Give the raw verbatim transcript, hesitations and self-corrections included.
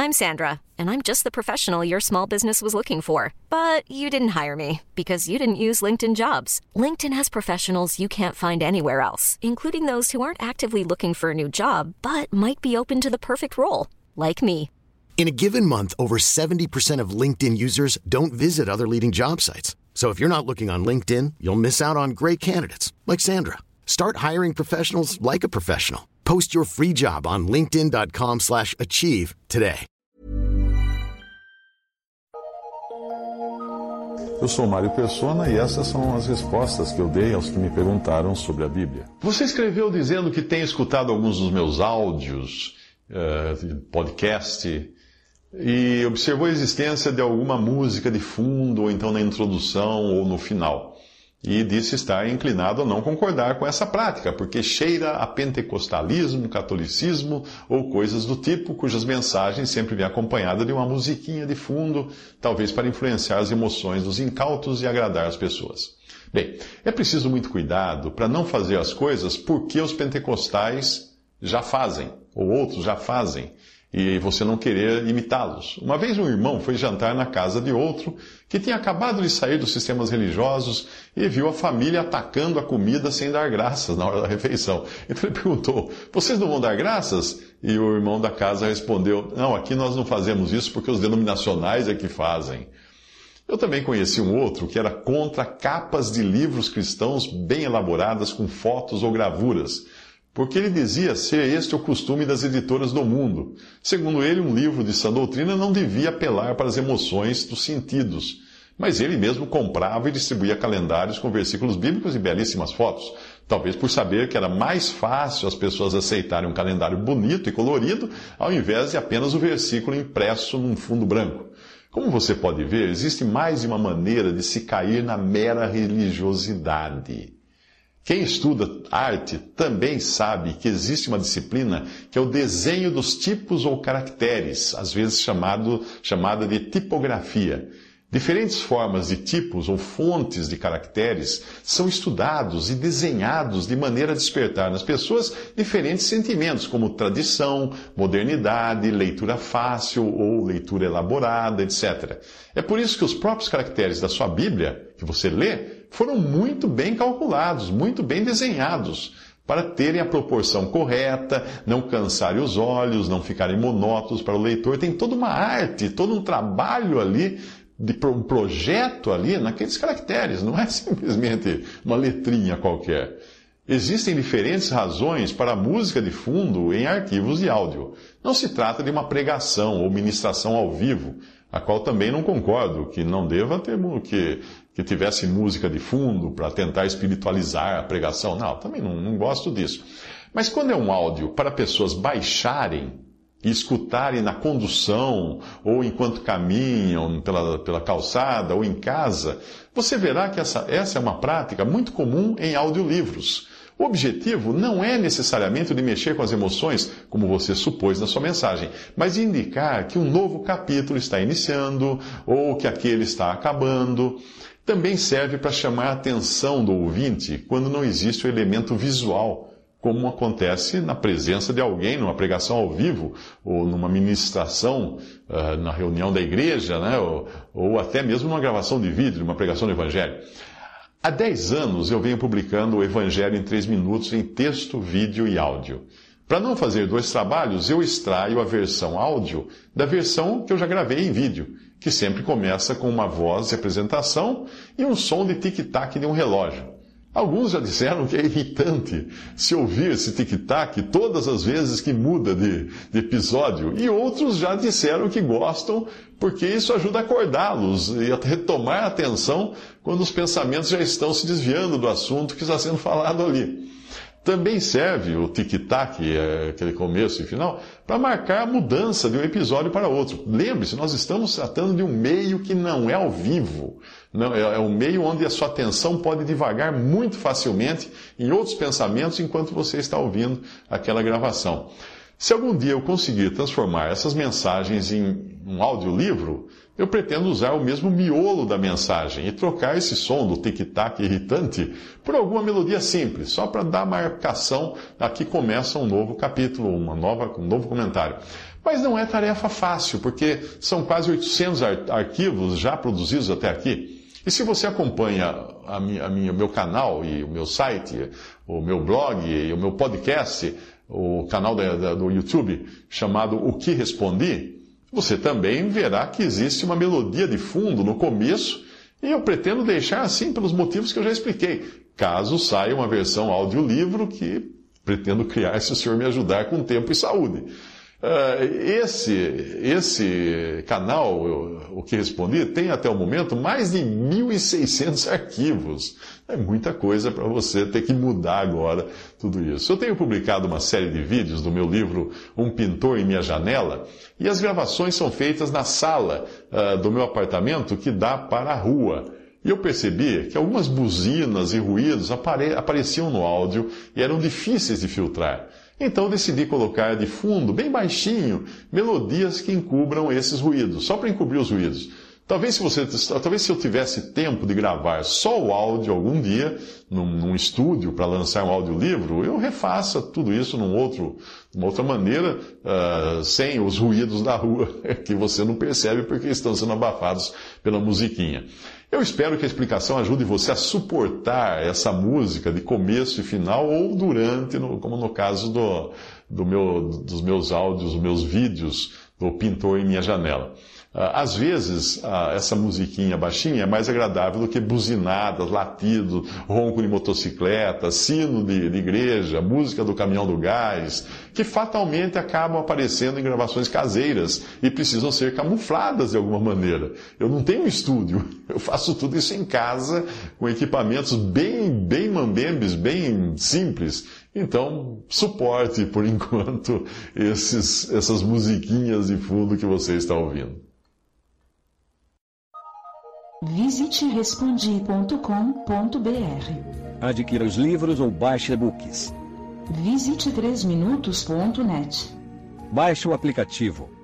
I'm Sandra, and I'm just the professional your small business was looking for. But you didn't hire me because you didn't use LinkedIn Jobs. LinkedIn has professionals you can't find anywhere else, including those who aren't actively looking for a new job, but might be open to the perfect role, like me. In a given month, over seventy percent of LinkedIn users don't visit other leading job sites. So if you're not looking on LinkedIn, you'll miss out on great candidates like Sandra. Start hiring professionals like a professional. Post your free job on linkedin dot com slash achieve today. Eu sou Mário Persona e essas são as respostas que eu dei aos que me perguntaram sobre a Bíblia. Você escreveu dizendo que tem escutado alguns dos meus áudios, uh, podcast, e observou a existência de alguma música de fundo, ou então na introdução ou no final. E disse estar inclinado a não concordar com essa prática, porque cheira a pentecostalismo, catolicismo ou coisas do tipo, cujas mensagens sempre vêm acompanhadas de uma musiquinha de fundo, talvez para influenciar as emoções dos incautos e agradar as pessoas. Bem, é preciso muito cuidado para não fazer as coisas porque os pentecostais já fazem, ou outros já fazem, e você não querer imitá-los. Uma vez um irmão foi jantar na casa de outro que tinha acabado de sair dos sistemas religiosos e viu a família atacando a comida sem dar graças na hora da refeição. Então ele perguntou, vocês não vão dar graças? E o irmão da casa respondeu, não, aqui nós não fazemos isso porque os denominacionais é que fazem. Eu também conheci um outro que era contra capas de livros cristãos bem elaboradas com fotos ou gravuras, porque ele dizia ser este o costume das editoras do mundo. Segundo ele, um livro de sã doutrina não devia apelar para as emoções dos sentidos, mas ele mesmo comprava e distribuía calendários com versículos bíblicos e belíssimas fotos, talvez por saber que era mais fácil as pessoas aceitarem um calendário bonito e colorido, ao invés de apenas o versículo impresso num fundo branco. Como você pode ver, existe mais de uma maneira de se cair na mera religiosidade. Quem estuda arte também sabe que existe uma disciplina que é o desenho dos tipos ou caracteres, às vezes chamado, chamada de tipografia. Diferentes formas de tipos ou fontes de caracteres são estudados e desenhados de maneira a despertar nas pessoas diferentes sentimentos, como tradição, modernidade, leitura fácil ou leitura elaborada, etcétera. É por isso que os próprios caracteres da sua Bíblia, que você lê, foram muito bem calculados, muito bem desenhados, para terem a proporção correta, não cansarem os olhos, não ficarem monótonos para o leitor. Tem toda uma arte, todo um trabalho ali, de um projeto ali naqueles caracteres, não é simplesmente uma letrinha qualquer. Existem diferentes razões para a música de fundo em arquivos de áudio. Não se trata de uma pregação ou ministração ao vivo, a qual também não concordo, que não deva ter, que, que tivesse música de fundo para tentar espiritualizar a pregação. Não, também não, não gosto disso. Mas quando é um áudio para pessoas baixarem e escutarem na condução, ou enquanto caminham pela, pela calçada, ou em casa, você verá que essa, essa é uma prática muito comum em audiolivros. O objetivo não é necessariamente de mexer com as emoções, como você supôs na sua mensagem, mas de indicar que um novo capítulo está iniciando, ou que aquele está acabando. Também serve para chamar a atenção do ouvinte quando não existe o elemento visual, como acontece na presença de alguém numa pregação ao vivo, ou numa ministração uh, na reunião da igreja, né? ou, ou até mesmo numa gravação de vídeo, numa pregação do Evangelho. Há dez anos eu venho publicando o Evangelho em três minutos em texto, vídeo e áudio. Para não fazer dois trabalhos, eu extraio a versão áudio da versão que eu já gravei em vídeo, que sempre começa com uma voz de apresentação e um som de tic-tac de um relógio. Alguns já disseram que é irritante se ouvir esse tic-tac todas as vezes que muda de, de episódio. E outros já disseram que gostam porque isso ajuda a acordá-los e a retomar a atenção quando os pensamentos já estão se desviando do assunto que está sendo falado ali. Também serve o tic-tac, aquele começo e final, para marcar a mudança de um episódio para outro. Lembre-se, nós estamos tratando de um meio que não é ao vivo. Não, é, é um meio onde a sua atenção pode divagar muito facilmente em outros pensamentos enquanto você está ouvindo aquela gravação. Se algum dia eu conseguir transformar essas mensagens em um audiolivro, eu pretendo usar o mesmo miolo da mensagem e trocar esse som do tic-tac irritante por alguma melodia simples, só para dar marcação a que começa um novo capítulo, uma nova, um novo comentário. Mas não é tarefa fácil, porque são quase oitocentos ar- arquivos já produzidos até aqui. E se você acompanha a minha, a minha, o meu canal e o meu site, o meu blog e o meu podcast, o canal da, da, do YouTube chamado O Que Respondi, você também verá que existe uma melodia de fundo no começo e eu pretendo deixar assim pelos motivos que eu já expliquei, caso saia uma versão audiolivro que pretendo criar se o senhor me ajudar com tempo e saúde. Uh, esse, esse canal, o Que Respondi, tem até o momento mais de mil e seiscentos arquivos. É muita coisa para você ter que mudar agora tudo isso. Eu tenho publicado uma série de vídeos do meu livro Um Pintor em Minha Janela, e as gravações são feitas na sala uh, do meu apartamento que dá para a rua. E eu percebi que algumas buzinas e ruídos apare- apareciam no áudio e eram difíceis de filtrar. Então decidi colocar de fundo, bem baixinho, melodias que encubram esses ruídos, só para encobrir os ruídos. Talvez se, você, talvez se eu tivesse tempo de gravar só o áudio algum dia, num, num estúdio para lançar um audiolivro, eu refaça tudo isso num outro, numa outra maneira, uh, sem os ruídos da rua, que você não percebe porque estão sendo abafados pela musiquinha. Eu espero que a explicação ajude você a suportar essa música de começo e final, ou durante, no, como no caso do, do meu, dos meus áudios, dos meus vídeos do Pintor em Minha Janela. Às vezes, essa musiquinha baixinha é mais agradável do que buzinadas, latido, ronco de motocicleta, sino de, de igreja, música do caminhão do gás, que fatalmente acabam aparecendo em gravações caseiras e precisam ser camufladas de alguma maneira. Eu não tenho um estúdio, eu faço tudo isso em casa, com equipamentos bem, bem mambembes, bem simples. Então, suporte, por enquanto, esses, essas musiquinhas de fundo que você está ouvindo. Visite respondi ponto com ponto br. Adquira os livros ou baixe e-books. Visite três minutos ponto net. Baixe o aplicativo.